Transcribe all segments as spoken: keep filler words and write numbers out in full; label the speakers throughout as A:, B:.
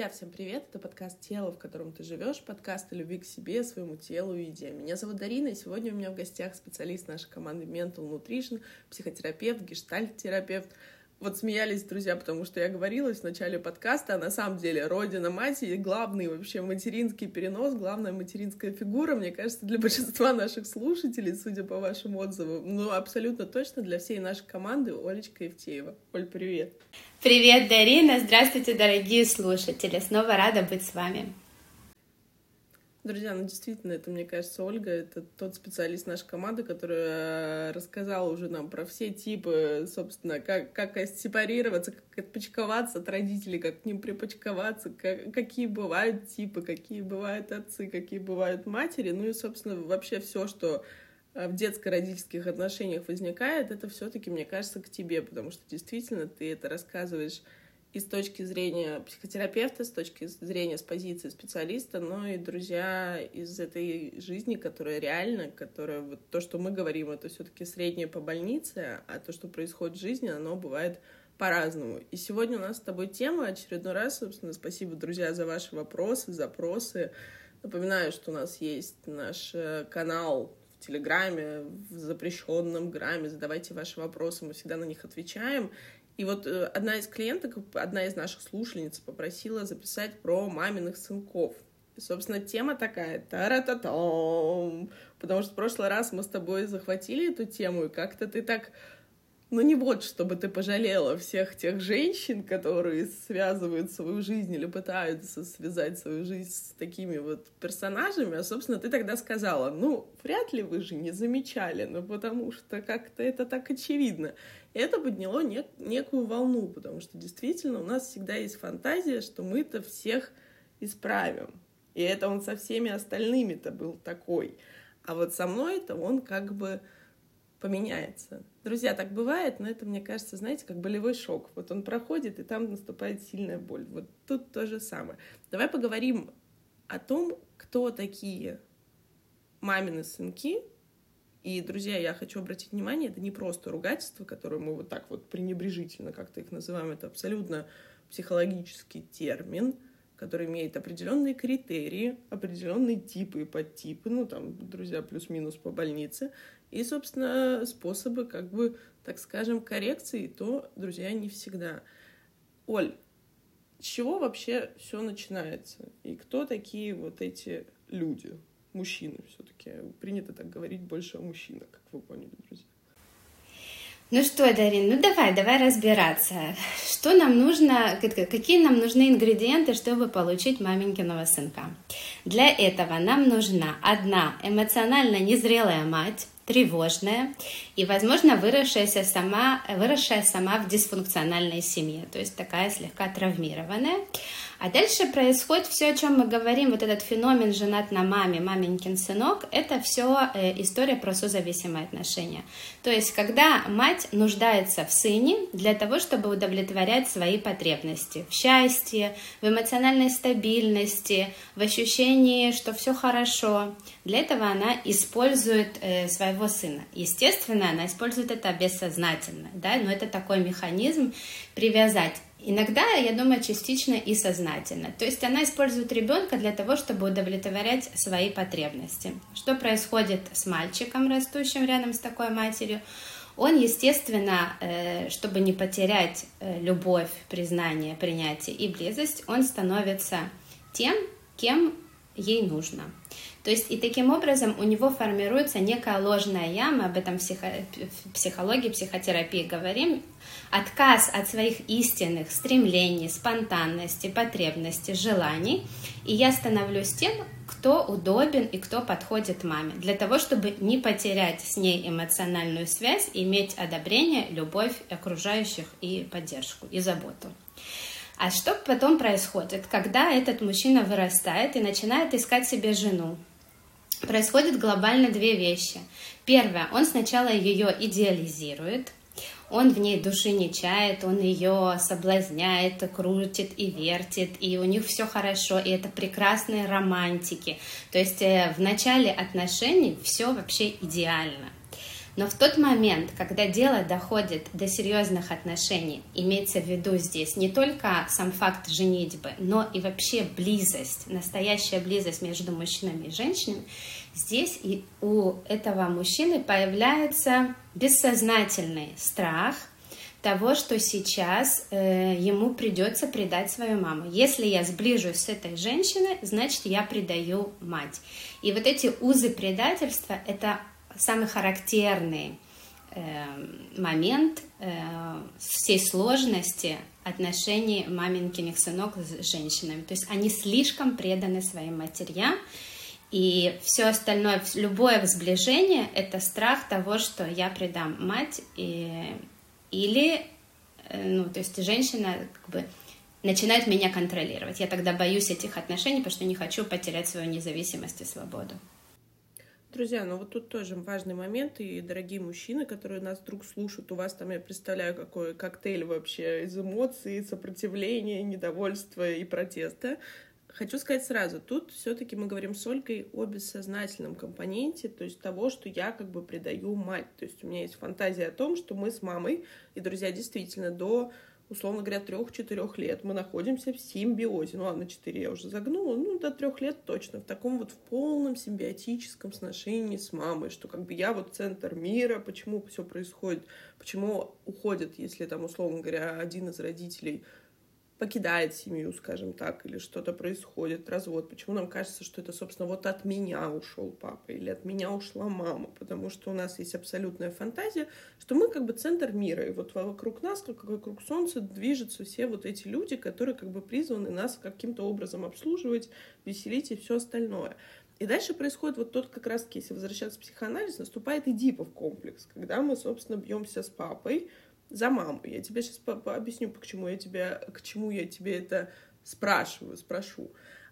A: Друзья, всем привет! Это подкаст «Тело, в котором ты живешь», подкаст о любви к себе, своему телу и еде. Меня зовут Дарина, и сегодня у меня в гостях специалист нашей команды Mental Nutrition, психотерапевт, гештальт-терапевт. Вот смеялись, друзья, потому что я говорила в начале подкаста, а на самом деле родина матери, главный вообще материнский перенос, главная материнская фигура, мне кажется, для большинства наших слушателей, судя по вашим отзывам, ну, абсолютно точно для всей нашей команды Олечка Евтеева. Оль, привет!
B: Привет, Дарина! Здравствуйте, дорогие слушатели! Снова рада быть с вами.
A: Друзья, ну действительно, это, мне кажется, Ольга, это тот специалист нашей команды, которая рассказала уже нам про все типы, собственно, как, как сепарироваться, как отпочковаться от родителей, как к ним припочковаться, как, какие бывают типы, какие бывают отцы, какие бывают матери, ну и, собственно, вообще все, что в детско-родительских отношениях возникает, это все-таки, мне кажется, к тебе, потому что действительно ты это рассказываешь и с точки зрения психотерапевта, с точки зрения с позиции специалиста, но и, друзья, из этой жизни, которая реальна, которая вот то, что мы говорим, это все-таки среднее по больнице, а то, что происходит в жизни, оно бывает по-разному. И сегодня у нас с тобой тема, очередной раз, собственно, спасибо, друзья, за ваши вопросы, запросы. Напоминаю, что у нас есть наш канал в Телеграме, в запрещенном Граме, задавайте ваши вопросы, мы всегда на них отвечаем. И вот одна из клиенток, одна из наших слушательниц попросила записать про маминых сынков. И, собственно, тема такая, та-ра-та-там, потому что в прошлый раз мы с тобой захватили эту тему, и как-то ты так, ну не вот, чтобы ты пожалела всех тех женщин, которые связывают свою жизнь или пытаются связать свою жизнь с такими вот персонажами, а, собственно, ты тогда сказала, ну, вряд ли вы же не замечали, ну, потому что как-то это так очевидно. И это подняло нек- некую волну, потому что действительно у нас всегда есть фантазия, что мы-то всех исправим. И это он со всеми остальными-то был такой. А вот со мной-то он как бы поменяется. Друзья, так бывает, но это, мне кажется, знаете, как болевой шок. Вот он проходит, и там наступает сильная боль. Вот тут то же самое. Давай поговорим о том, кто такие мамины сынки. И, друзья, я хочу обратить внимание, это не просто ругательство, которое мы вот так вот пренебрежительно как-то их называем, это абсолютно психологический термин, который имеет определенные критерии, определенные типы и подтипы, ну, там, друзья, плюс-минус по больнице, и, собственно, способы, как бы, так скажем, коррекции, то, друзья, не всегда. Оль, с чего вообще все начинается? И кто такие вот эти люди? Мужчины все-таки. Принято так говорить больше о мужчинах, как вы поняли, друзья.
B: Ну что, Дарин, ну давай, давай разбираться. Что нам нужно, какие нам нужны ингредиенты, чтобы получить маменькиного сынка? Для этого нам нужна одна эмоционально незрелая мать, тревожная и, возможно, выросшая сама, выросшая сама в дисфункциональной семье, то есть такая слегка травмированная. А дальше происходит все, о чем мы говорим, вот этот феномен «женат на маме», «маменькин сынок», это все история про созависимые отношения. То есть, когда мать нуждается в сыне для того, чтобы удовлетворять свои потребности в счастье, в эмоциональной стабильности, в ощущении, что все хорошо, для этого она использует своего сына. Естественно, она использует это бессознательно, да, но это такой механизм привязать. Иногда, я думаю, частично и сознательно. То есть она использует ребенка для того, чтобы удовлетворять свои потребности. Что происходит с мальчиком, растущим рядом с такой матерью? Он, естественно, чтобы не потерять любовь, признание, принятие и близость, он становится тем, кем ей нужно. То есть и таким образом у него формируется некая ложная яма, об этом в психо- психологии, психотерапии говорим, отказ от своих истинных стремлений, спонтанности, потребностей, желаний, и я становлюсь тем, кто удобен и кто подходит маме, для того, чтобы не потерять с ней эмоциональную связь, иметь одобрение, любовь окружающих и поддержку, и заботу. А что потом происходит, когда этот мужчина вырастает и начинает искать себе жену? Происходят глобально две вещи. Первое, он сначала ее идеализирует, он в ней души не чает, он ее соблазняет, крутит и вертит, и у них все хорошо, и это прекрасные романтики. То есть в начале отношений все вообще идеально. Но в тот момент, когда дело доходит до серьезных отношений, имеется в виду здесь не только сам факт женитьбы, но и вообще близость, настоящая близость между мужчинами и женщинами, здесь и у этого мужчины появляется бессознательный страх того, что сейчас э, ему придется предать свою маму. Если я сближусь с этой женщиной, значит, я предаю мать. И вот эти узы предательства — это самый характерный э, момент э, всей сложности отношений маменькиных сынок с женщинами. То есть они слишком преданы своим матерям, и все остальное, любое сближение — это страх того, что я предам мать, и, или, э, ну, то есть женщина как бы начинает меня контролировать. Я тогда боюсь этих отношений, потому что не хочу потерять свою независимость и свободу.
A: Друзья, ну вот тут тоже важный момент, и дорогие мужчины, которые нас вдруг слушают, у вас там, я представляю, какой коктейль вообще из эмоций, сопротивления, недовольства и протеста. Хочу сказать сразу, тут все-таки мы говорим с Ольгой о бессознательном компоненте, то есть того, что я как бы предаю мать. То есть у меня есть фантазия о том, что мы с мамой, и, друзья, действительно, до, условно говоря, трех-четырех лет мы находимся в симбиозе. Ну ладно, четыре я уже загнула, ну до трех лет точно, в таком вот в полном симбиотическом сношении с мамой, что как бы я вот центр мира, почему все происходит, почему уходит, если там, условно говоря, один из родителей покидает семью, скажем так, или что-то происходит, развод. Почему нам кажется, что это, собственно, вот от меня ушел папа или от меня ушла мама? Потому что у нас есть абсолютная фантазия, что мы как бы центр мира, и вот вокруг нас, как вокруг Солнца, движутся все вот эти люди, которые как бы призваны нас каким-то образом обслуживать, веселить и все остальное. И дальше происходит вот тот, как раз-таки, если возвращаться к психоанализу, наступает Эдипов комплекс, когда мы, собственно, бьемся с папой за маму. Я тебе сейчас объясню, к чему я тебя, к чему я тебе это спрашиваю, спрошу.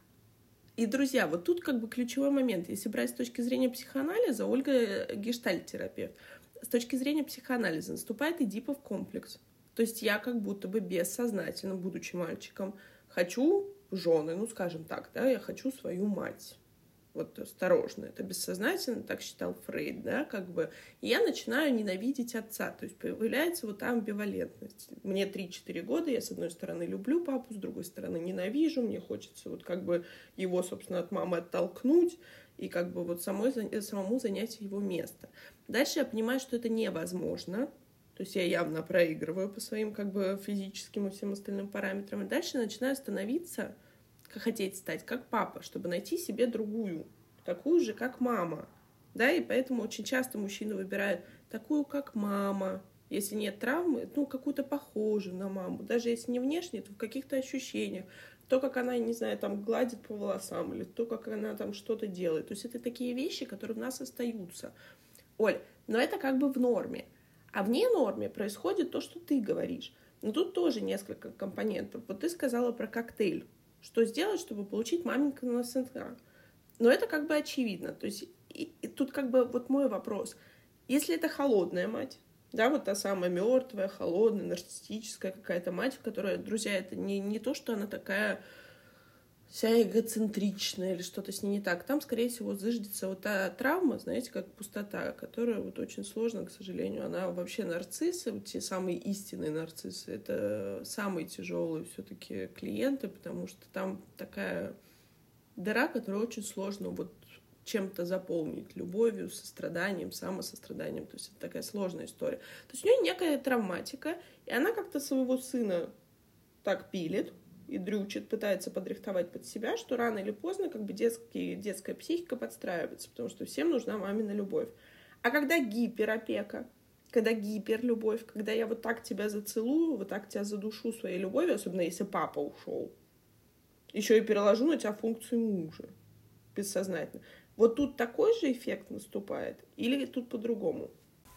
A: И, друзья, вот тут как бы ключевой момент. Если брать с точки зрения психоанализа, Ольга гештальт-терапевт, с точки зрения психоанализа наступает Эдипов комплекс. То есть я как будто бы бессознательно, будучи мальчиком, хочу жены, ну, скажем так, да, я хочу свою мать. Вот осторожно, это бессознательно, так считал Фрейд, да, как бы. И я начинаю ненавидеть отца, то есть появляется вот та амбивалентность. Мне три-четыре года, я с одной стороны люблю папу, с другой стороны ненавижу, мне хочется вот как бы его, собственно, от мамы оттолкнуть и как бы вот самой, самому занять его место. Дальше я понимаю, что это невозможно, то есть я явно проигрываю по своим как бы физическим и всем остальным параметрам. И дальше я начинаю становиться... хотеть стать как папа, чтобы найти себе другую, такую же, как мама. Да, и поэтому очень часто мужчины выбирают такую, как мама. Если нет травмы, ну, какую-то похожую на маму. Даже если не внешне, то в каких-то ощущениях. То, как она, не знаю, там гладит по волосам, или то, как она там что-то делает. То есть это такие вещи, которые в нас остаются. Оль, но это как бы в норме. А вне норме происходит то, что ты говоришь. Но тут тоже несколько компонентов. Вот ты сказала про коктейль. Что сделать, чтобы получить маменькиного сынка? Но это как бы очевидно. То есть и, и тут как бы вот мой вопрос. Если это холодная мать, да, вот та самая мертвая, холодная, нарциссическая какая-то мать, в которой, друзья, это не, не то, что она такая вся эгоцентричная или что-то с ней не так. Там, скорее всего, зыждется вот та травма, знаете, как пустота, которая вот очень сложно, к сожалению. Она вообще нарциссы, вот те самые истинные нарциссы, это самые тяжелые все-таки клиенты, потому что там такая дыра, которую очень сложно вот чем-то заполнить, любовью, состраданием, самосостраданием. То есть это такая сложная история. То есть у нее некая травматика, и она как-то своего сына так пилит, и дрючит, пытается подрихтовать под себя, что рано или поздно как бы детский, детская психика подстраивается, потому что всем нужна мамина любовь. А когда гиперопека, когда гиперлюбовь, когда я вот так тебя зацелую, вот так тебя задушу своей любовью, особенно если папа ушел, еще и переложу на тебя функцию мужа бессознательно. Вот тут такой же эффект наступает или тут по-другому?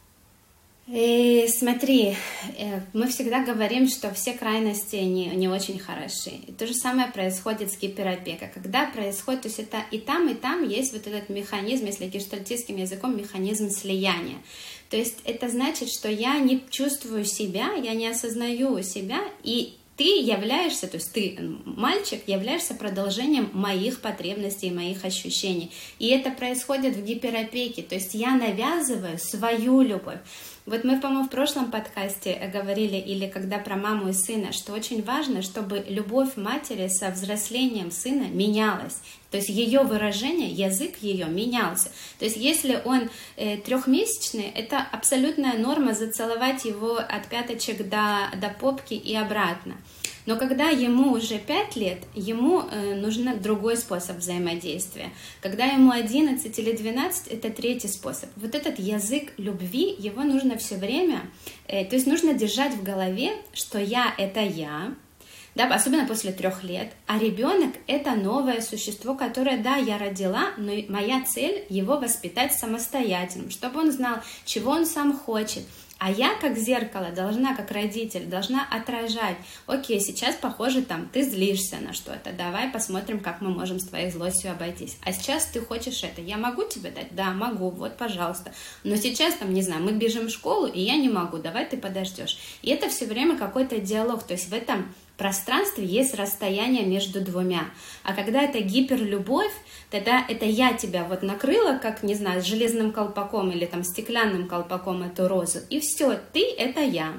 B: И смотри, мы всегда говорим, что все крайности не, не очень хороши. И то же самое происходит с гиперопекой. Когда происходит, то есть это и там, и там есть вот этот механизм, если гештальтистским языком, механизм слияния. То есть это значит, что я не чувствую себя, я не осознаю себя, и ты являешься, то есть ты, мальчик, являешься продолжением моих потребностей, моих ощущений. И это происходит в гиперопеке, то есть я навязываю свою любовь. Вот мы, по-моему, в прошлом подкасте говорили, или когда про маму и сына, что очень важно, чтобы любовь матери со взрослением сына менялась. То есть ее выражение, язык ее менялся. То есть если он э, трехмесячный, это абсолютная норма зацеловать его от пяточек до, до попки и обратно. Но когда ему уже пять лет, ему э, нужен другой способ взаимодействия. Когда ему одиннадцать или двенадцать, это третий способ. Вот этот язык любви, его нужно все время, э, то есть нужно держать в голове, что я — это я, да, особенно после трех лет, а ребенок — это новое существо, которое, да, я родила, но моя цель — его воспитать самостоятельным, чтобы он знал, чего он сам хочет. А я, как зеркало, должна, как родитель, должна отражать: окей, сейчас, похоже, там, ты злишься на что-то, давай посмотрим, как мы можем с твоей злостью обойтись. А сейчас ты хочешь это, я могу тебе дать? Да, могу, вот, пожалуйста. Но сейчас, там, не знаю, мы бежим в школу, и я не могу, давай ты подождешь. И это все время какой-то диалог, то есть в этом пространстве есть расстояние между двумя. А когда это гиперлюбовь, тогда это я тебя вот накрыла, как, не знаю, с железным колпаком или там стеклянным колпаком эту розу, и все, ты — это я.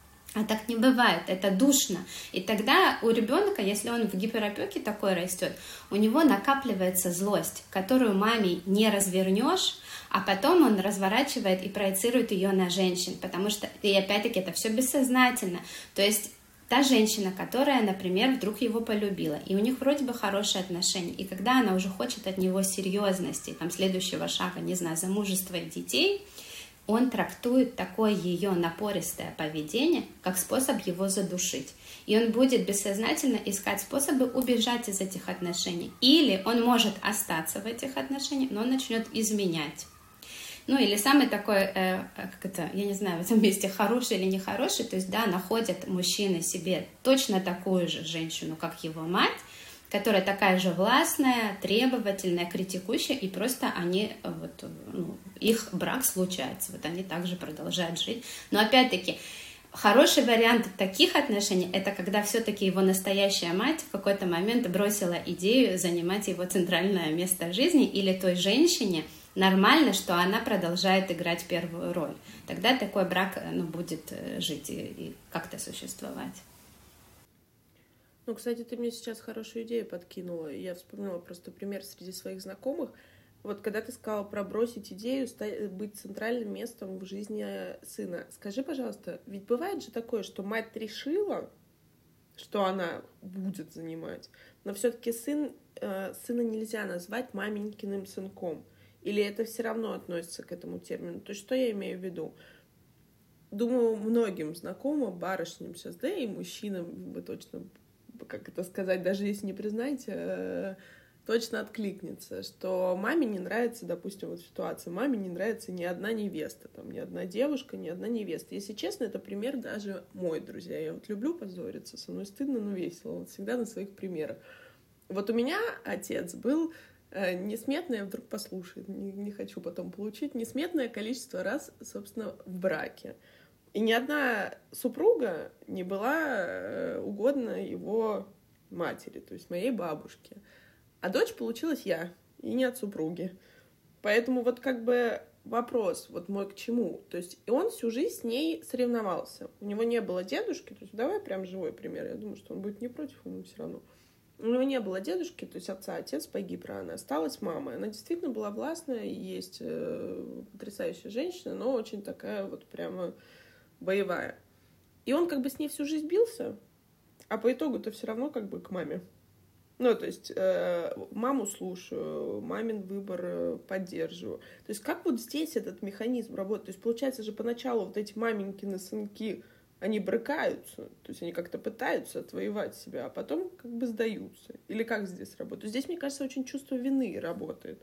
B: А так не бывает, это душно. И тогда у ребенка, если он в гиперопеке такой растет, у него накапливается злость, которую маме не развернешь, а потом он разворачивает и проецирует ее на женщин, потому что, и опять-таки, это все бессознательно. То есть та женщина, которая, например, вдруг его полюбила, и у них вроде бы хорошие отношения, и когда она уже хочет от него серьезности, там, следующего шага, не знаю, замужества и детей, он трактует такое ее напористое поведение как способ его задушить. И он будет бессознательно искать способы убежать из этих отношений. Или он может остаться в этих отношениях, но он начнет изменять. Ну, или самый такой, э, как это, я не знаю, в этом месте хороший или нехороший, то есть, да, находят мужчины себе точно такую же женщину, как его мать, которая такая же властная, требовательная, критикующая, и просто они, вот, ну, их брак случается, вот они также продолжают жить. Но опять-таки, хороший вариант таких отношений — это когда все-таки его настоящая мать в какой-то момент бросила идею занимать его центральное место в жизни, или той женщине нормально, что она продолжает играть первую роль. Тогда такой брак, ну, будет жить и, и как-то существовать.
A: Ну, кстати, ты мне сейчас хорошую идею подкинула. Я вспомнила просто пример среди своих знакомых. Вот когда ты сказала про бросить идею быть центральным местом в жизни сына. Скажи, пожалуйста, ведь бывает же такое, что мать решила, что она будет занимать, но все-таки сын, э, сына нельзя назвать маменькиным сынком. Или это все равно относится к этому термину? То есть что я имею в виду? Думаю, многим знакомо, барышням сейчас, да и мужчинам, вы точно, как это сказать, даже если не признаете, точно откликнется, что маме не нравится, допустим, вот ситуация, маме не нравится ни одна невеста, там, ни одна девушка, ни одна невеста. Если честно, это пример даже мой, друзья. Я вот люблю позориться, со мной стыдно, но весело, вот всегда на своих примерах. Вот у меня отец был несметное, вдруг послушает, не, не хочу потом получить, несметное количество раз, собственно, в браке. И ни одна супруга не была угодна его матери, то есть моей бабушке. А дочь получилась я, и не от супруги. Поэтому вот как бы вопрос вот мой к чему. То есть и он всю жизнь с ней соревновался. У него не было дедушки, то есть давай прям живой пример, я думаю, что он будет не против, ему все равно. У него не было дедушки, то есть отца, отец погиб рано, осталась мама. Она действительно была властная, и есть э, потрясающая женщина, но очень такая вот прямо боевая. И он как бы с ней всю жизнь бился, а по итогу-то все равно как бы к маме. Ну, то есть э, маму слушаю, мамин выбор э, поддерживаю. То есть как вот здесь этот механизм работает? То есть получается же поначалу вот эти маменькины сынки, они брыкаются, то есть они как-то пытаются отвоевать себя, а потом как бы сдаются. Или как здесь работает? Здесь, мне кажется, очень чувство вины работает.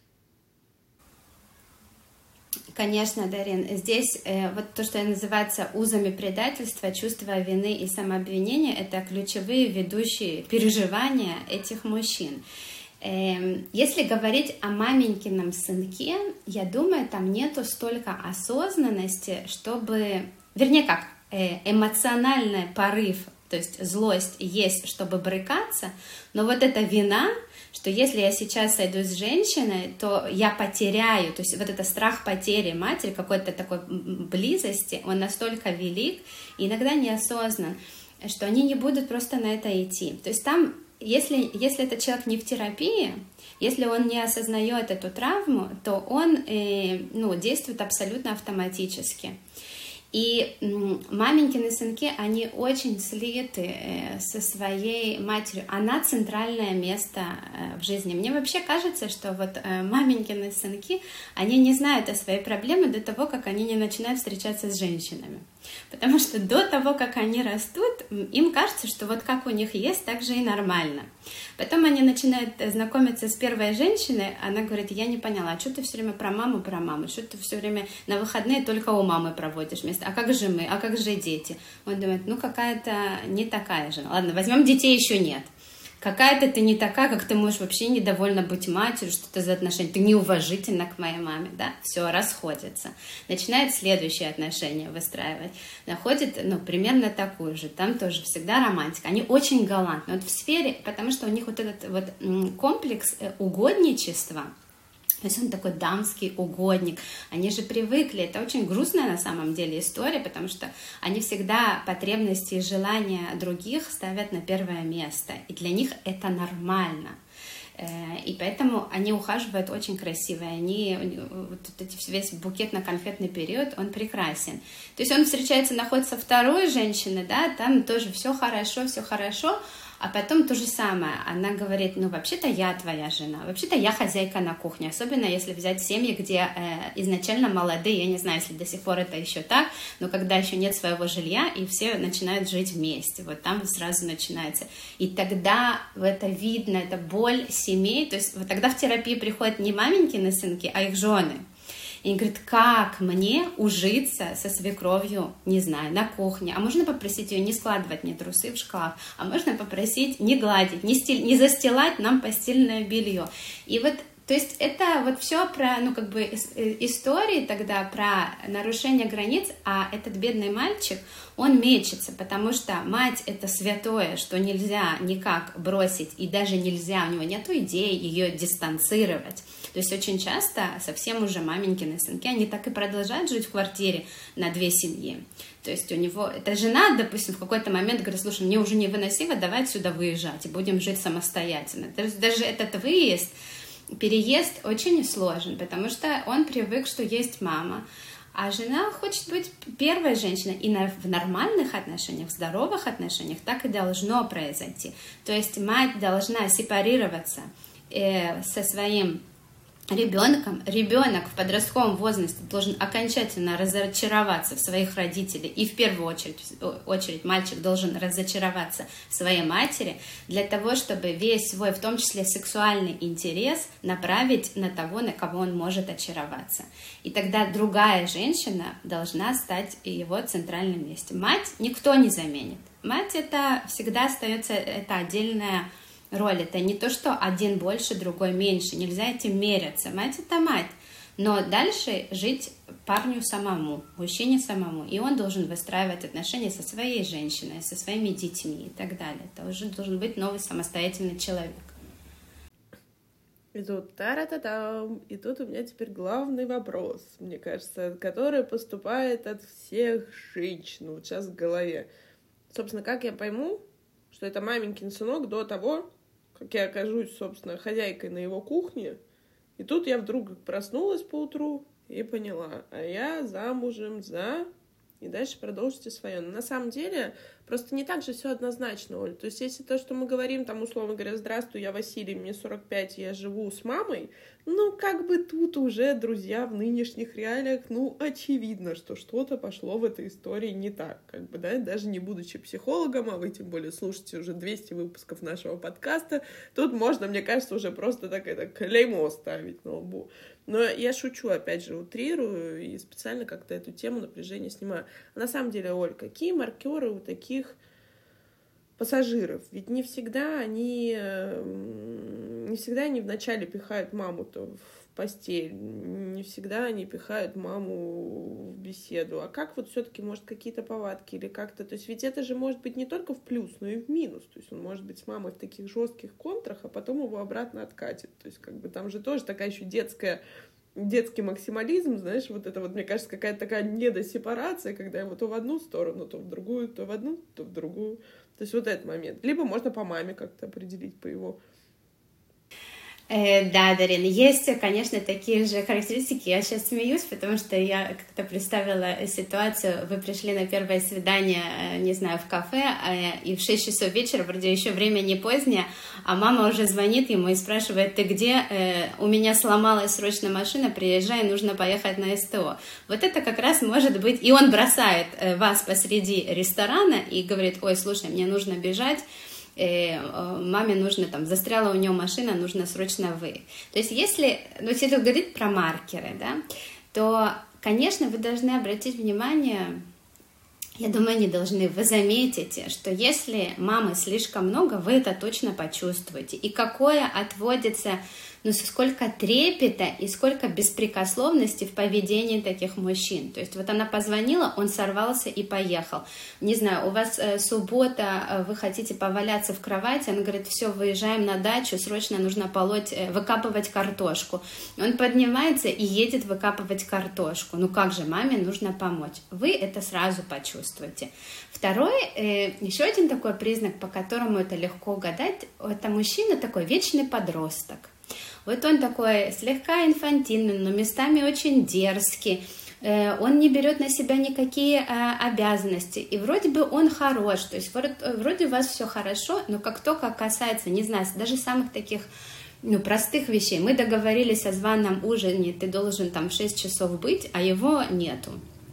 B: Конечно, Дарин, здесь э, вот то, что называется узами предательства, чувство вины и самообвинения, это ключевые ведущие переживания этих мужчин. Э, если говорить о маменькином сынке, я думаю, там нету столько осознанности, чтобы, вернее как, эмоциональный порыв, то есть злость есть, чтобы брыкаться, но вот эта вина, что если я сейчас сойду с женщиной, то я потеряю, то есть вот это страх потери матери, какой-то такой близости, он настолько велик, и иногда неосознан, что они не будут просто на это идти. То есть там, если, если этот человек не в терапии, если он не осознает эту травму, то он э, ну, действует абсолютно автоматически. И маменькины сынки, они очень слиты со своей матерью. Она центральное место в жизни. Мне вообще кажется, что вот маменькины сынки, они не знают о своей проблеме до того, как они не начинают встречаться с женщинами. Потому что до того, как они растут, им кажется, что вот как у них есть, так же и нормально. Потом они начинают знакомиться с первой женщиной, она говорит: я не поняла, а что ты все время про маму, про маму, что ты все время на выходные только у мамы проводишь вместе, а как же мы, а как же дети? Он думает, ну какая-то не такая жена. Ладно, возьмем детей, еще нет. Какая-то ты не такая, как ты можешь вообще недовольна быть матерью, что это за отношения, ты неуважительна к моей маме, да, все, расходятся. Начинает следующие отношения выстраивать, находит, ну, примерно такую же, там тоже всегда романтика. Они очень галантны, вот в сфере, потому что у них вот этот вот комплекс угодничества, то есть он такой дамский угодник. Они же привыкли. Это очень грустная на самом деле история, потому что они всегда потребности и желания других ставят на первое место. И для них это нормально. И поэтому они ухаживают очень красиво. Они, вот эти, весь букетно-конфетный период, он прекрасен. То есть он встречается, находится второй женщиной, да, там тоже все хорошо, все хорошо. А потом то же самое, она говорит, ну, вообще-то я твоя жена, вообще-то я хозяйка на кухне, особенно если взять семьи, где э, изначально молодые, я не знаю, если до сих пор это еще так, но когда еще нет своего жилья, и все начинают жить вместе, вот там сразу начинается. И тогда это видно, это боль семей, то есть вот тогда в терапию приходят не маменькины сынки, а их жены. И он говорит, как мне ужиться со свекровью, не знаю, на кухне, а можно попросить ее не складывать мне трусы в шкаф, а можно попросить не гладить, не, стиль, не застилать нам постельное белье. И вот, то есть это вот все про, ну, как бы истории тогда про нарушение границ, а этот бедный мальчик, он мечется, потому что мать — это святое, что нельзя никак бросить, и даже нельзя, у него нет идеи ее дистанцировать. То есть очень часто совсем уже маменькины сынки, они так и продолжают жить в квартире на две семьи. То есть у него, эта жена, допустим, в какой-то момент говорит, слушай, мне уже невыносимо, давай отсюда выезжать, и будем жить самостоятельно. То есть даже этот выезд, переезд очень сложен, потому что он привык, что есть мама, а жена хочет быть первой женщиной, и в нормальных отношениях, в здоровых отношениях так и должно произойти. То есть мать должна сепарироваться э, со своим ребенком, ребенок в подростковом возрасте должен окончательно разочароваться в своих родителях, и в первую очередь, очередь мальчик должен разочароваться в своей матери, для того, чтобы весь свой, в том числе сексуальный интерес, направить на того, на кого он может очароваться. И тогда другая женщина должна стать его центральным месте. Мать никто не заменит. Мать это всегда остается, это отдельная роль. Это не то, что один больше, другой меньше. Нельзя этим меряться. Мать — это мать. Но дальше жить парню самому, мужчине самому. И он должен выстраивать отношения со своей женщиной, со своими детьми и так далее. Это уже должен быть новый самостоятельный человек.
A: И тут та-ра-та-там. И тут у меня теперь главный вопрос, мне кажется, который поступает от всех женщин вот сейчас в голове. Собственно, как я пойму, что это маменькин сынок до того, как я окажусь, собственно, хозяйкой на его кухне, и тут я вдруг проснулась поутру и поняла, а я замужем за... И дальше продолжите свое. Но на самом деле просто не так же все однозначно, Оль. То есть если то, что мы говорим, там, условно говоря, здравствуй, я Василий, мне сорок пять, я живу с мамой, ну, как бы тут уже, друзья, в нынешних реалиях, ну, очевидно, что что-то пошло в этой истории не так, как бы, да, даже не будучи психологом, а вы, тем более, слушаете уже двести выпусков нашего подкаста, тут можно, мне кажется, уже просто так это клеймо ставить на лбу. Но я шучу, опять же, утрирую и специально как-то эту тему напряжения снимаю. А на самом деле, Оль, какие маркеры у таких пассажиров. Ведь не всегда они, не всегда они вначале пихают маму-то в постель, не всегда они пихают маму в беседу. А как вот все-таки, может, какие-то повадки или как-то... То есть ведь это же может быть не только в плюс, но и в минус. То есть он может быть с мамой в таких жестких контрах, а потом его обратно откатит. То есть как бы там же тоже такая еще детская... детский максимализм, знаешь, вот это вот, мне кажется, какая-то такая недосепарация, когда ему то в одну сторону, то в другую, то в одну, то в другую. То есть вот этот момент. Либо можно по маме как-то определить, по его...
B: Э, да, Дарин, есть, конечно, такие же характеристики. Я сейчас смеюсь, потому что я как-то представила ситуацию. Вы пришли на первое свидание, не знаю, в кафе, и в шесть часов вечера, вроде еще время не позднее, а мама уже звонит ему и спрашивает: ты где? Э, у меня сломалась срочно машина, приезжай, нужно поехать на СТО. Вот это как раз может быть... И он бросает вас посреди ресторана и говорит: ой, слушай, мне нужно бежать, маме нужно, там, застряла у нее машина, нужно срочно вы. То есть, если, ну, если говорить про маркеры, да, то, конечно, вы должны обратить внимание, я думаю, они должны, вы заметите, что если мамы слишком много, вы это точно почувствуете. И какое отводится, ну, сколько трепета и сколько беспрекословности в поведении таких мужчин. То есть вот она позвонила, он сорвался и поехал. Не знаю, у вас э, суббота, вы хотите поваляться в кровати, он говорит: все, выезжаем на дачу, срочно нужно полоть, э, выкапывать картошку. Он поднимается и едет выкапывать картошку. Ну как же, маме нужно помочь. Вы это сразу почувствуете. Второй, э, еще один такой признак, по которому это легко угадать, это мужчина такой вечный подросток. Вот он такой слегка инфантильный, но местами очень дерзкий. Он не берет на себя никакие обязанности. И вроде бы он хорош. То есть вроде у вас все хорошо, но как только касается, не знаю, даже самых таких, ну, простых вещей. Мы договорились о званом ужине, ты должен там в шесть часов быть, а его нету.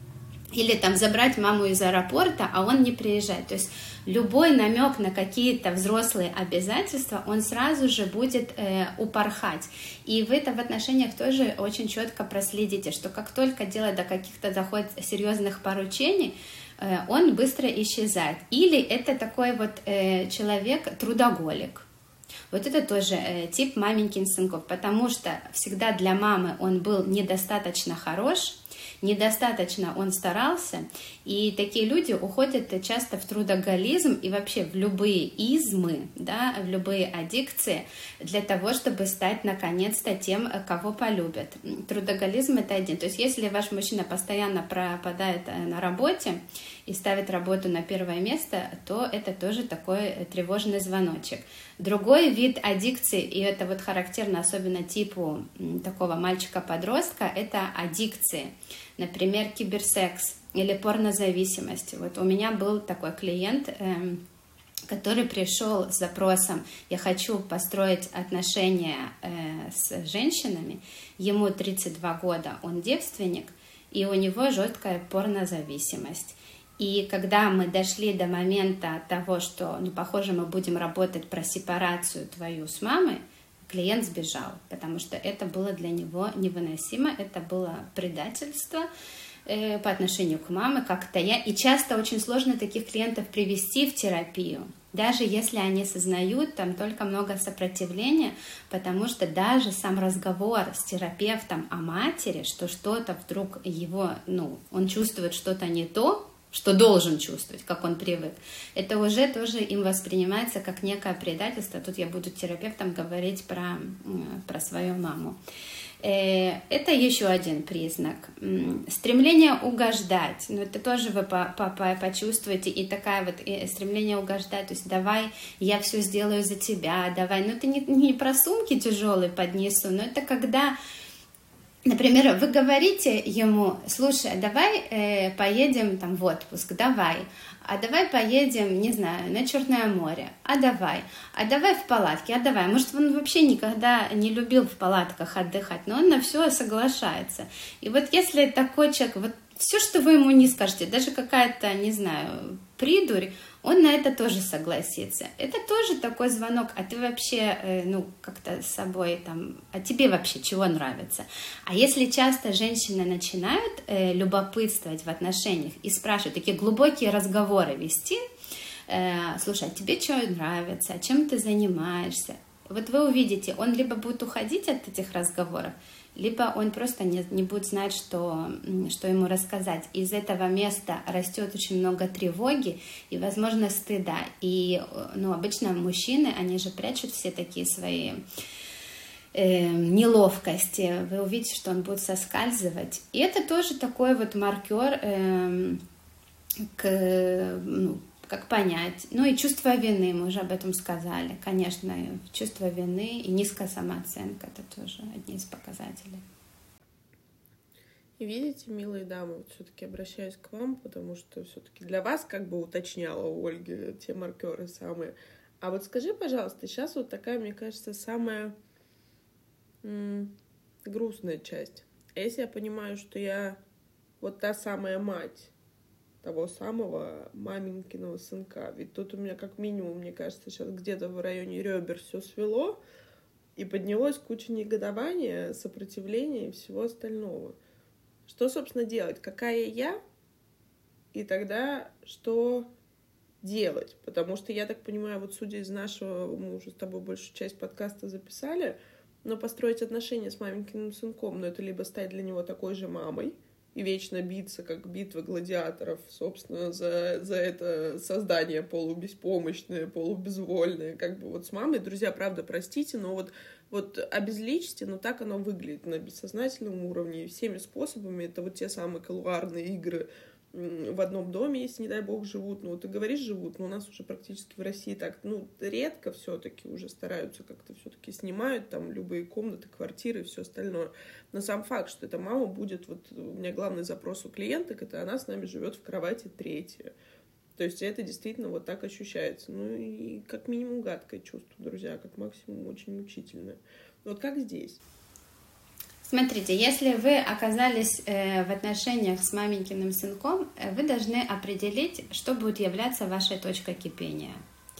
B: Или там забрать маму из аэропорта, а он не приезжает. То есть любой намек на какие-то взрослые обязательства, он сразу же будет э, упорхать. И вы это в отношениях тоже очень четко проследите, что как только дело до каких-то доходит серьезных поручений, э, он быстро исчезает. Или это такой вот э, человек трудоголик. Вот это тоже э, тип маменькин сынков, потому что всегда для мамы он был недостаточно хорош, недостаточно он старался, и такие люди уходят часто в трудоголизм и вообще в любые измы, да, в любые аддикции для того, чтобы стать наконец-то тем, кого полюбят. Трудоголизм — это один. То есть если ваш мужчина постоянно пропадает на работе и ставит работу на первое место, то это тоже такой тревожный звоночек. Другой вид аддикции, и это вот характерно особенно типу такого мальчика-подростка, это аддикции. Например, киберсекс или порнозависимость. Вот у меня был такой клиент, эм, который пришел с запросом: я хочу построить отношения э, с женщинами, ему тридцать два года, он девственник, и у него жесткая порнозависимость. И когда мы дошли до момента того, что, ну, похоже, мы будем работать про сепарацию твою с мамой, клиент сбежал, потому что это было для него невыносимо, это было предательство э, по отношению к маме, как-то я. И часто очень сложно таких клиентов привести в терапию, даже если они сознают, там только много сопротивления, потому что даже сам разговор с терапевтом о матери, что что-то вдруг его, ну, он чувствует что-то не то, что должен чувствовать, как он привык, это уже тоже им воспринимается как некое предательство. Тут я буду терапевтом говорить про, про свою маму. Это еще один признак. Стремление угождать. Ну, это тоже вы по, по, по, почувствуете. И такая вот и стремление угождать. То есть давай я все сделаю за тебя, давай. Ну, это не, не про сумки тяжелые поднесу, но это когда... Например, вы говорите ему: слушай, давай э, поедем там в отпуск, давай, а давай поедем, не знаю, на Черное море, а давай, а давай в палатке, а давай. Может, он вообще никогда не любил в палатках отдыхать, но он на все соглашается. И вот если такой человек, вот все, что вы ему не скажете, даже какая-то, не знаю, придурь, он на это тоже согласится. Это тоже такой звонок: а ты вообще, э, ну, как-то с собой там, а тебе вообще чего нравится? А если часто женщины начинают э, любопытствовать в отношениях и спрашивают, такие глубокие разговоры вести, э, слушай, а тебе что нравится, чем ты занимаешься? Вот вы увидите, он либо будет уходить от этих разговоров, либо он просто не, не будет знать, что, что ему рассказать. Из этого места растет очень много тревоги и, возможно, стыда. И ну, обычно мужчины, они же прячут все такие свои э, неловкости. Вы увидите, что он будет соскальзывать. И это тоже такой вот маркер, э, к, ну, как понять. Ну и чувство вины, мы уже об этом сказали. Конечно, чувство вины и низкая самооценка — это тоже одни из показателей.
A: И видите, милые дамы, вот все-таки обращаюсь к вам, потому что все-таки для вас, как бы уточняла у Ольги, те маркеры самые. А вот скажи, пожалуйста, сейчас вот такая, мне кажется, самая м- грустная часть. Если я понимаю, что я вот та самая мать того самого маменькиного сынка. Ведь тут у меня как минимум, мне кажется, сейчас где-то в районе ребер все свело, и поднялось куча негодования, сопротивления и всего остального. Что, собственно, делать? Какая я? И тогда что делать? Потому что, я так понимаю, вот судя из нашего, мы уже с тобой большую часть подкаста записали, но построить отношения с маменькиным сынком, но это либо стать для него такой же мамой, и вечно биться, как битва гладиаторов, собственно, за, за это создание полубеспомощное, полубезвольное, как бы вот с мамой. Друзья, правда, простите, но вот, вот обезличьте, но так оно выглядит на бессознательном уровне, и всеми способами. Это вот те самые колуарные игры в одном доме, если, не дай бог, живут. Ну, ты говоришь, живут, но у нас уже практически в России так, ну, редко все-таки уже стараются как-то все-таки снимают там любые комнаты, квартиры и все остальное. Но сам факт, что эта мама будет, вот у меня главный запрос у клиенток, это она с нами живет в кровати третья. То есть это действительно вот так ощущается. Ну и как минимум гадкое чувство, друзья, как максимум очень мучительное. Вот как здесь?
B: Смотрите, если вы оказались э, в отношениях с маменькиным сынком, э, вы должны определить, что будет являться вашей точкой кипения.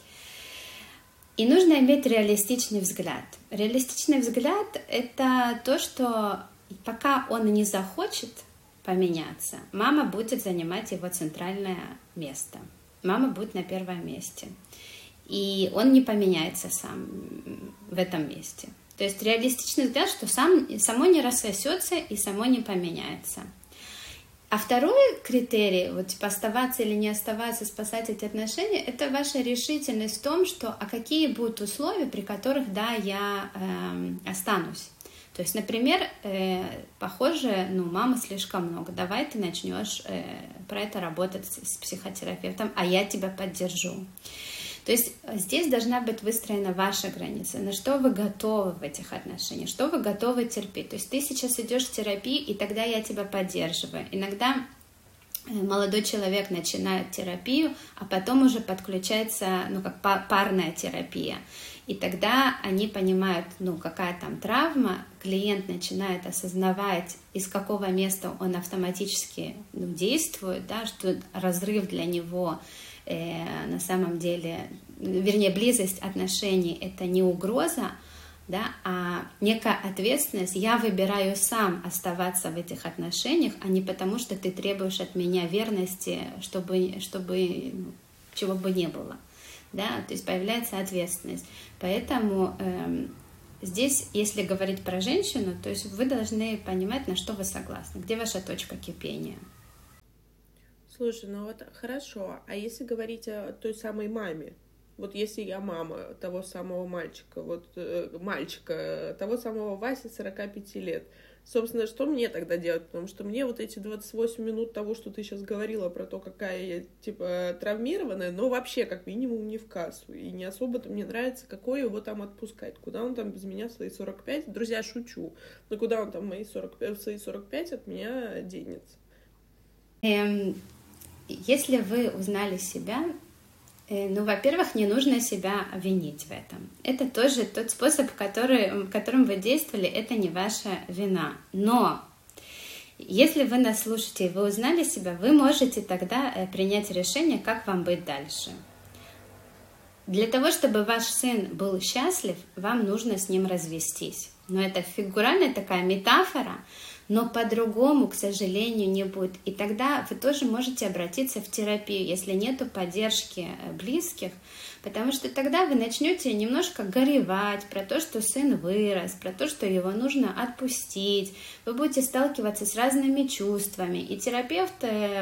B: И нужно иметь реалистичный взгляд. Реалистичный взгляд — это то, что пока он не захочет поменяться, мама будет занимать его центральное место. Мама будет на первом месте. И он не поменяется сам в этом месте. То есть реалистичный взгляд, что сам, само не рассосется и само не поменяется. А второй критерий, вот типа оставаться или не оставаться, спасать эти отношения, это ваша решительность в том, что а какие будут условия, при которых, да, я э, останусь. То есть, например, э, похоже, ну, мамы слишком много, давай ты начнешь э, про это работать с психотерапевтом, а я тебя поддержу. То есть здесь должна быть выстроена ваша граница, на что вы готовы в этих отношениях, что вы готовы терпеть. То есть ты сейчас идешь в терапию, и тогда я тебя поддерживаю. Иногда молодой человек начинает терапию, а потом уже подключается, ну, как парная терапия. И тогда они понимают, ну, какая там травма, клиент начинает осознавать, из какого места он автоматически, ну, действует, да, что разрыв для него на самом деле, вернее, близость отношений — это не угроза, да, а некая ответственность. Я выбираю сам оставаться в этих отношениях, а не потому, что ты требуешь от меня верности, чтобы, чтобы ну, чего бы не было. Да? То есть появляется ответственность. Поэтому э, здесь, если говорить про женщину, то есть вы должны понимать, на что вы согласны, где ваша точка кипения.
A: Слушай, ну вот хорошо, а если говорить о той самой маме, вот если я мама того самого мальчика, вот э, мальчика, того самого Васи, сорока пяти лет, собственно, что мне тогда делать? Потому что мне вот эти двадцать восемь минут того, что ты сейчас говорила про то, какая я, типа, травмированная, но вообще, как минимум, не в кассу. И не особо-то мне нравится, какой его там отпускать. Куда он там без меня в свои сорок пять? Друзья, шучу. Но куда он там в мои сорок пять, в свои сорок пять от меня денется?
B: Эм... Если вы узнали себя, ну, во-первых, не нужно себя винить в этом. Это тоже тот способ, который, которым вы действовали, это не ваша вина. Но если вы нас слушаете и вы узнали себя, вы можете тогда принять решение, как вам быть дальше. Для того, чтобы ваш сын был счастлив, вам нужно с ним развестись. Но это фигуральная такая метафора, но по-другому, к сожалению, не будет. И тогда вы тоже можете обратиться в терапию, если нету поддержки близких, потому что тогда вы начнете немножко горевать про то, что сын вырос, про то, что его нужно отпустить, вы будете сталкиваться с разными чувствами, и терапевт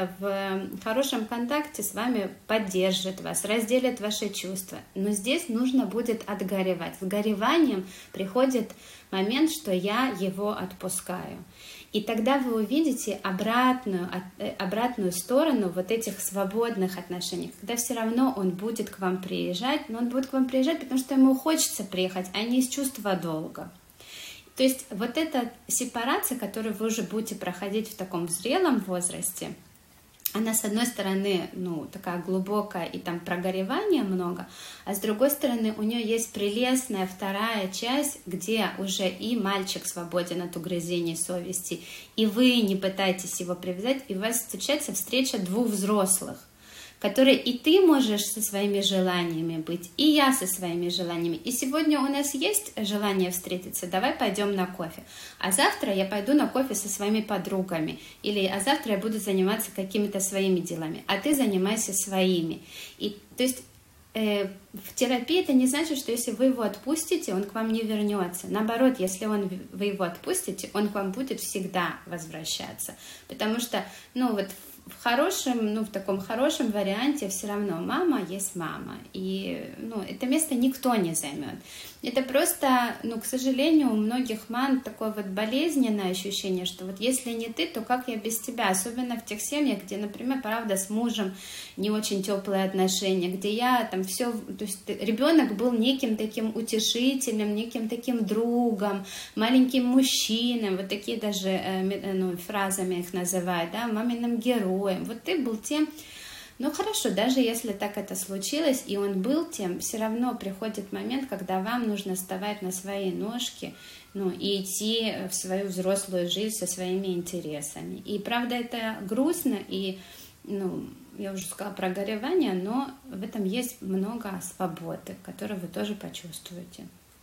B: в хорошем контакте с вами поддержит вас, разделит ваши чувства. Но здесь нужно будет отгоревать. С гореванием приходит момент, что я его отпускаю. И тогда вы увидите обратную, обратную сторону вот этих свободных отношений, когда все равно он будет к вам приезжать, но он будет к вам приезжать, потому что ему хочется приехать, а не из чувства долга. То есть вот эта сепарация, которую вы уже будете проходить в таком зрелом возрасте, она, с одной стороны, ну, такая глубокая, и там прогоревания много, а с другой стороны, у нее есть прелестная вторая часть, где уже и мальчик свободен от угрызений совести, и вы не пытаетесь его привязать, и у вас встречается встреча двух взрослых, которые и ты можешь со своими желаниями быть, и я со своими желаниями. И сегодня у нас есть желание встретиться, давай пойдем на кофе. А завтра я пойду на кофе со своими подругами. Или а завтра я буду заниматься какими-то своими делами, а ты занимайся своими. И, то есть э, в терапии это не значит, что если вы его отпустите, он к вам не вернется. Наоборот, если он, вы его отпустите, он к вам будет всегда возвращаться. Потому что, ну вот, в хорошем, ну, в таком хорошем варианте все равно мама есть мама, и, ну, это место никто не займет. Это просто, ну, к сожалению, у многих мам такое вот болезненное ощущение, что вот если не ты, то как я без тебя? Особенно в тех семьях, где, например, правда, с мужем не очень теплые отношения, где я там все, то есть ребенок был неким таким утешительным, неким таким другом, маленьким мужчиной, вот такие даже, ну, фразами их называют, да, маминым героем. Вот ты был тем. Ну хорошо, даже если так это случилось, и он был тем, все равно приходит момент, когда вам нужно вставать на свои ножки, ну, и идти в свою взрослую жизнь со своими интересами. И правда, это грустно, и, ну, я уже сказала про горевание, но в этом есть много свободы, которую вы тоже почувствуете.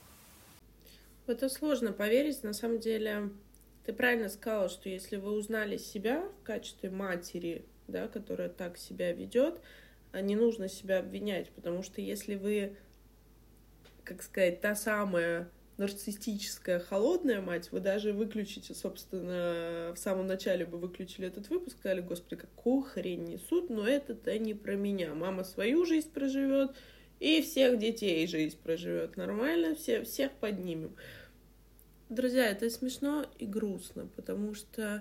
A: В это сложно поверить, на самом деле. Ты правильно сказала, что если вы узнали себя в качестве матери, да, которая так себя ведет, не нужно себя обвинять, потому что если вы, как сказать, та самая нарциссическая холодная мать, вы даже выключите, собственно, в самом начале бы выключили этот выпуск, сказали: господи, какую хрень несут, но это-то не про меня. Мама свою жизнь проживет и всех детей жизнь проживет нормально, все, всех поднимем. Друзья, это смешно и грустно, потому что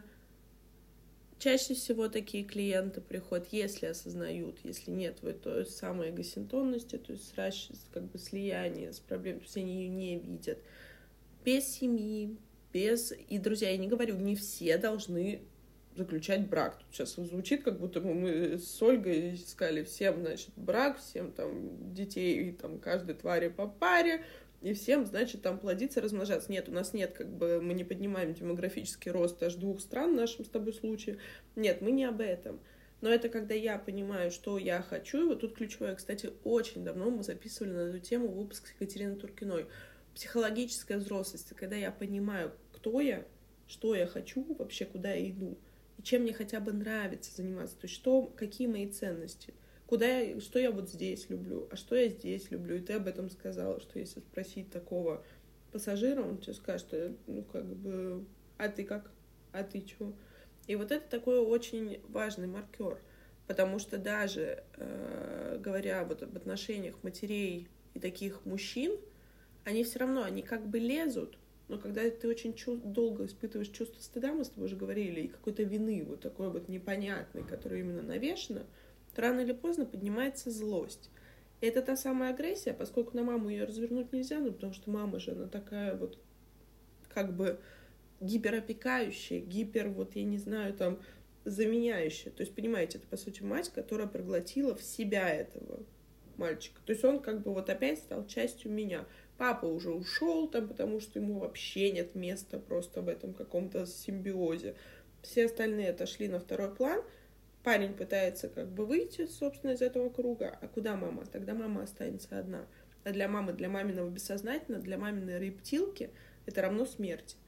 A: чаще всего такие клиенты приходят, если осознают, если нет в той самой эгосинтонности, то есть сращ, как бы слияние с проблемой, то есть они ее не видят. Без семьи, без... И, друзья, я не говорю, не все должны заключать брак. Тут сейчас звучит, как будто мы с Ольгой искали всем, значит, брак, всем там детей, там, каждой твари по паре, и всем, значит, там плодиться, размножаться. Нет, у нас нет, как бы, мы не поднимаем демографический рост аж двух стран в нашем с тобой случае. Нет, мы не об этом. Но это когда я понимаю, что я хочу. И вот тут ключевое, кстати, очень давно мы записывали на эту тему выпуск с Екатериной Туркиной. Психологическая взрослость. Когда я понимаю, кто я, что я хочу, вообще куда я иду, и чем мне хотя бы нравится заниматься. То есть что, какие мои ценности. Куда я, что я вот здесь люблю, а что я здесь люблю. И ты об этом сказала, что если спросить такого пассажира, он тебе скажет, что, ну, как бы, а ты как? А ты чего? И вот это такой очень важный маркер, потому что даже э, говоря вот об отношениях матерей и таких мужчин, они все равно, они как бы лезут, но когда ты очень чу- долго испытываешь чувство стыда, мы с тобой уже говорили, и какой-то вины, вот такой вот непонятной, которая именно навешена, то рано или поздно поднимается злость. И это та самая агрессия, поскольку на маму ее развернуть нельзя, ну, потому что мама же, она такая вот, как бы, гиперопекающая, гипер, вот, я не знаю, там, заменяющая. То есть, понимаете, это, по сути, мать, которая проглотила в себя этого мальчика. То есть он, как бы, вот опять стал частью меня. Папа уже ушел там, потому что ему вообще нет места просто в этом каком-то симбиозе. Все остальные отошли на второй план. Парень пытается как бы выйти, собственно, из этого круга. А куда мама? Тогда мама останется одна. А для мамы, для маминого бессознательного, для маминой рептилки это равно смерти.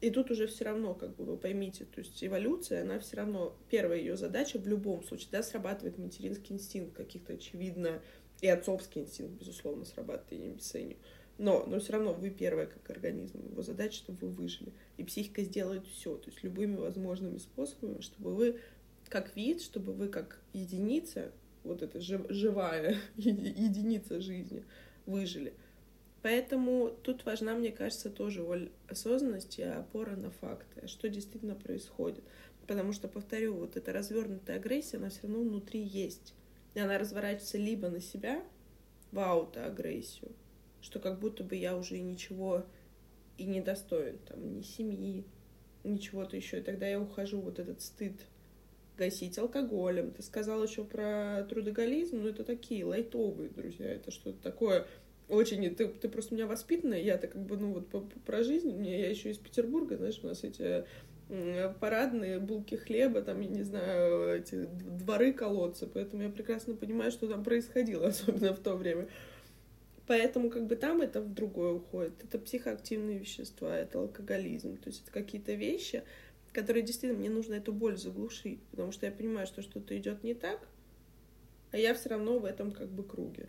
A: И тут уже все равно, как бы вы поймите, то есть эволюция, она все равно, первая ее задача в любом случае, да, срабатывает материнский инстинкт каких-то, очевидно, и отцовский инстинкт, безусловно, срабатывает, я не обесценю. Но, но все равно вы первая как организм, его задача, чтобы вы выжили. И психика сделает все, то есть любыми возможными способами, чтобы вы как вид, чтобы вы как единица, вот эта жив, живая единица жизни, выжили. Поэтому тут важна, мне кажется, тоже, Оль, осознанность и опора на факты, что действительно происходит. Потому что, повторю, вот эта развернутая агрессия, она все равно внутри есть. И она разворачивается либо на себя, в аутоагрессию, что как будто бы я уже ничего и не достоин, там, ни семьи, ни чего-то еще. И тогда я ухожу, вот этот стыд гасить алкоголем. Ты сказал еще про трудоголизм, но это такие лайтовые, друзья, это что-то такое... Очень, ты, ты просто у меня воспитанная, я-то как бы, ну вот по, по, про жизнь, мне, я еще из Петербурга, знаешь, у нас эти э, парадные булки хлеба, там, я не знаю, эти дворы колодцы, поэтому я прекрасно понимаю, что там происходило, особенно в то время. Поэтому как бы там это в другое уходит. Это психоактивные вещества, это алкоголизм, то есть это какие-то вещи, которые действительно мне нужно эту боль заглушить, потому что я понимаю, что что-то идет не так, а я все равно в этом как бы круге.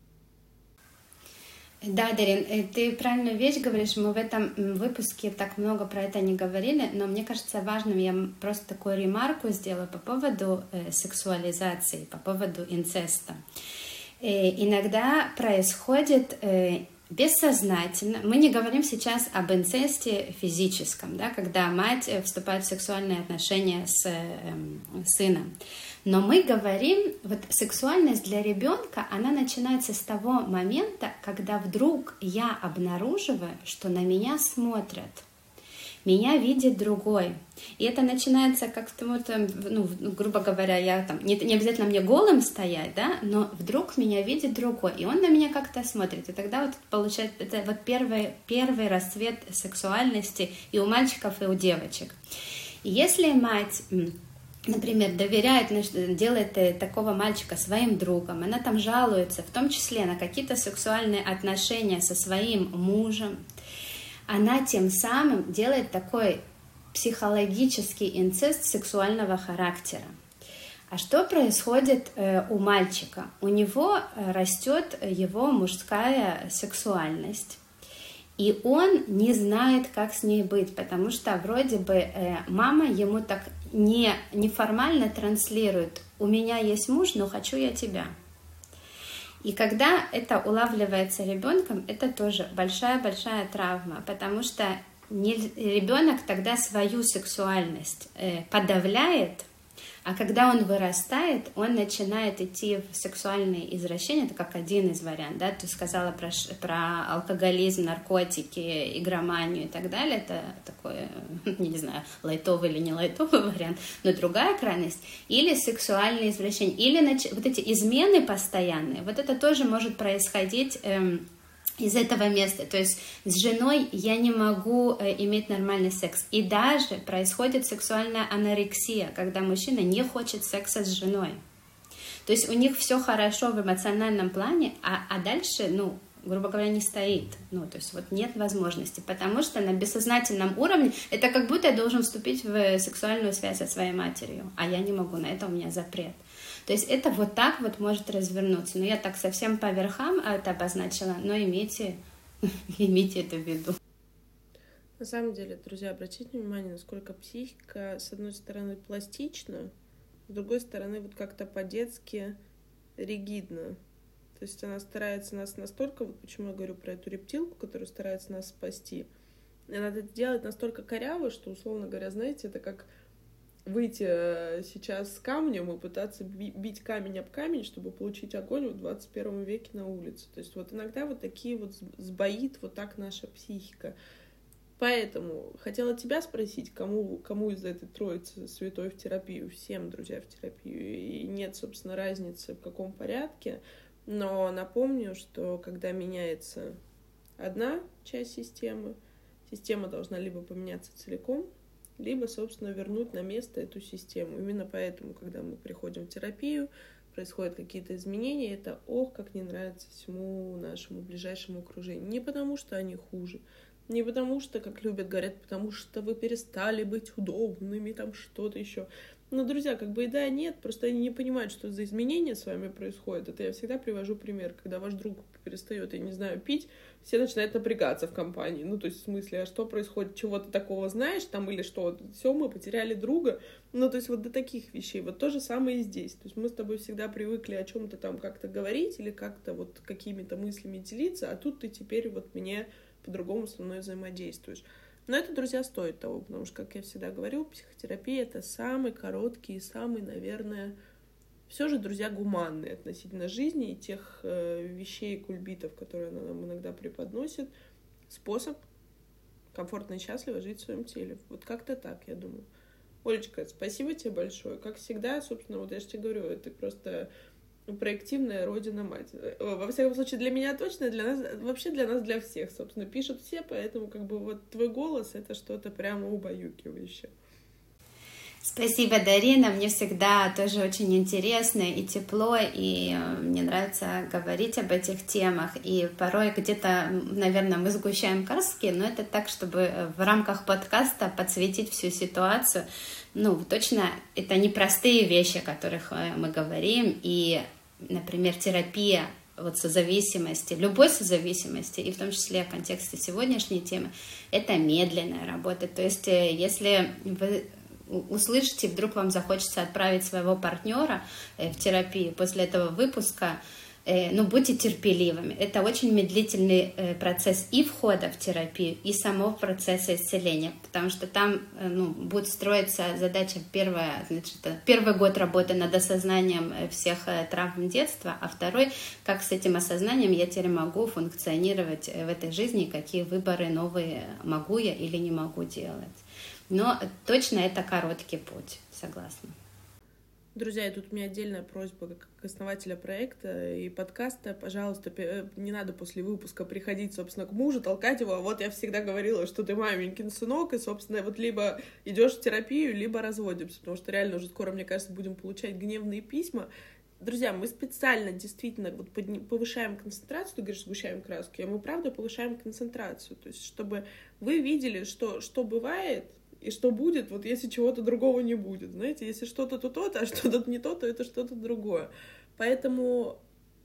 B: Да, Дарин, ты правильную вещь говоришь, мы в этом выпуске так много про это не говорили, но мне кажется важным, я просто такую ремарку сделаю по поводу э, сексуализации, по поводу инцеста. Э, иногда происходит э, бессознательно, мы не говорим сейчас об инцесте физическом, да, когда мать вступает в сексуальные отношения с э, сыном. Но мы говорим, вот сексуальность для ребенка, она начинается с того момента, когда вдруг я обнаруживаю, что на меня смотрят, меня видит другой. И это начинается как-то, ну, грубо говоря, я там, не, не обязательно мне голым стоять, да, но вдруг меня видит другой, и он на меня как-то смотрит. И тогда вот получается, это вот первый, первый расцвет сексуальности и у мальчиков, и у девочек. И если мать... например, доверяет, делает такого мальчика своим другом, она там жалуется, в том числе на какие-то сексуальные отношения со своим мужем, она тем самым делает такой психологический инцест сексуального характера. А что происходит у мальчика? У него растет его мужская сексуальность. И он не знает, как с ней быть, потому что вроде бы э, мама ему так не, неформально транслирует: у меня есть муж, но хочу я тебя. И когда это улавливается ребенком, это тоже большая-большая травма, потому что не, ребенок тогда свою сексуальность э, подавляет, а когда он вырастает, он начинает идти в сексуальные извращения, это как один из вариантов, да, ты сказала про, про алкоголизм, наркотики, игроманию и так далее, это такой, не знаю, лайтовый или не лайтовый вариант, но другая крайность, или сексуальные извращения, или нач... вот эти измены постоянные, вот это тоже может происходить эм, из этого места, то есть с женой я не могу э, иметь нормальный секс. И даже происходит сексуальная анорексия, когда мужчина не хочет секса с женой. То есть у них все хорошо в эмоциональном плане, а, а дальше, ну, грубо говоря, не стоит. Ну, то есть вот нет возможности, потому что на бессознательном уровне это как будто я должен вступить в сексуальную связь со своей матерью, а я не могу, на это у меня запрет. То есть это вот так вот может развернуться. Но я так совсем по верхам это обозначила, но имейте, имейте это в виду.
A: На самом деле, друзья, обратите внимание, насколько психика, с одной стороны, пластична, с другой стороны, вот как-то по-детски ригидна. То есть она старается нас настолько, вот почему я говорю про эту рептилку, которая старается нас спасти, она это делает настолько коряво, что, условно говоря, знаете, это как выйти сейчас с камнем и пытаться бить камень об камень, чтобы получить огонь в двадцать первом веке на улице. То есть вот иногда вот такие вот сбоит вот так наша психика. Поэтому хотела тебя спросить, кому, кому из этой троицы святой в терапию? Всем, друзья, в терапию. И нет, собственно, разницы в каком порядке. Но напомню, что когда меняется одна часть системы, система должна либо поменяться целиком, либо, собственно, вернуть на место эту систему. Именно поэтому, когда мы приходим в терапию, происходят какие-то изменения, это ох, как не нравится всему нашему ближайшему окружению. Не потому, что они хуже, Не потому что, как любят говорят, потому что вы перестали быть удобными, там что-то еще. Но, друзья, как бы и да, нет, просто они не понимают, что за изменения с вами происходят. Это я всегда привожу пример, когда ваш друг перестает, я не знаю, пить, все начинают напрягаться в компании. Ну, то есть, в смысле, а что происходит, чего ты такого знаешь, там, или что, все, мы потеряли друга. Ну, то есть, вот до таких вещей. Вот то же самое и здесь. То есть, мы с тобой всегда привыкли о чем-то там как-то говорить или как-то вот какими-то мыслями делиться, а тут ты теперь вот мне по-другому со мной взаимодействуешь. Но это, друзья, стоит того, потому что, как я всегда говорю, психотерапия — это самый короткий и самый, наверное, все же, друзья, гуманный относительно жизни и тех э, вещей, кульбитов, которые она нам иногда преподносит, способ комфортно и счастливо жить в своем теле. Вот как-то так, я думаю. Олечка, спасибо тебе большое. Как всегда, собственно, вот я же тебе говорю, это просто проективная родина-мать. Во всяком случае, для меня точно, для нас, вообще для нас, для всех, собственно, пишут все, поэтому как бы вот твой голос — это что-то прямо убаюкивающее.
B: Спасибо, Дарина. Мне всегда тоже очень интересно и тепло, и мне нравится говорить об этих темах. И порой где-то, наверное, мы сгущаем краски, но это так, чтобы в рамках подкаста подсветить всю ситуацию. Ну, точно, это непростые вещи, о которых мы говорим. И, например, терапия вот созависимости, любой созависимости, и в том числе в контексте сегодняшней темы, это медленная работа. То есть, если вы услышите, вдруг вам захочется отправить своего партнера в терапию после этого выпуска, ну, будьте терпеливыми. Это очень медлительный процесс и входа в терапию, и самого процесса исцеления, потому что там, ну, будет строиться задача первая, значит, первый год работы над осознанием всех травм детства, а второй, как с этим осознанием я теперь могу функционировать в этой жизни, какие выборы новые могу я или не могу делать. Но точно это короткий путь, согласна.
A: Друзья, и тут у меня отдельная просьба как основателя проекта и подкаста. Пожалуйста, не надо после выпуска приходить, собственно, к мужу, толкать его. А вот я всегда говорила, что ты маменькин сынок, и, собственно, вот либо идешь в терапию, либо разводимся, потому что реально уже скоро, мне кажется, будем получать гневные письма. Друзья, мы специально действительно вот повышаем концентрацию, ты говоришь, сгущаем краску, а мы, правда, повышаем концентрацию, то есть чтобы вы видели, что, что бывает, и что будет, вот если чего-то другого не будет. Знаете, если что-то, то то-то, а что-то не то, то это что-то другое. Поэтому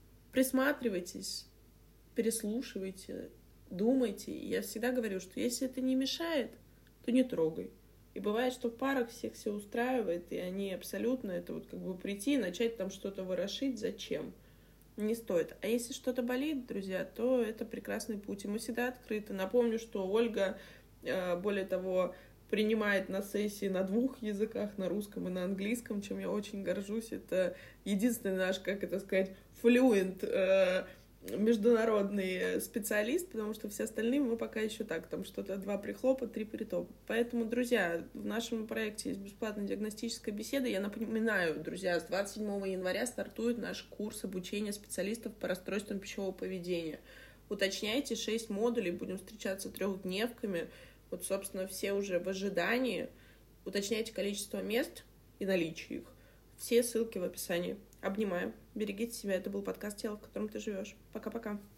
A: присматривайтесь, переслушивайте, думайте. И я всегда говорю, что если это не мешает, то не трогай. И бывает, что в парах всех все устраивает, и они абсолютно это вот как бы прийти и начать там что-то ворошить. Зачем? Не стоит. А если что-то болит, друзья, то это прекрасный путь. И мы всегда открыты. Напомню, что Ольга, более того, принимает на сессии на двух языках, на русском и на английском, чем я очень горжусь. Это единственный наш, как это сказать, флюент, э, международный специалист, потому что все остальные мы пока еще так, там что-то два прихлопа, три притопа. Поэтому, друзья, в нашем проекте есть бесплатная диагностическая беседа. Я напоминаю, друзья, с двадцать седьмого января стартует наш курс обучения специалистов по расстройствам пищевого поведения. Уточняйте, шесть модулей, будем встречаться трехдневками. Вот, собственно, все уже в ожидании. Уточняйте количество мест и наличие их. Все ссылки в описании. Обнимаю. Берегите себя. Это был подкаст «Тело, в котором ты живешь». Пока-пока.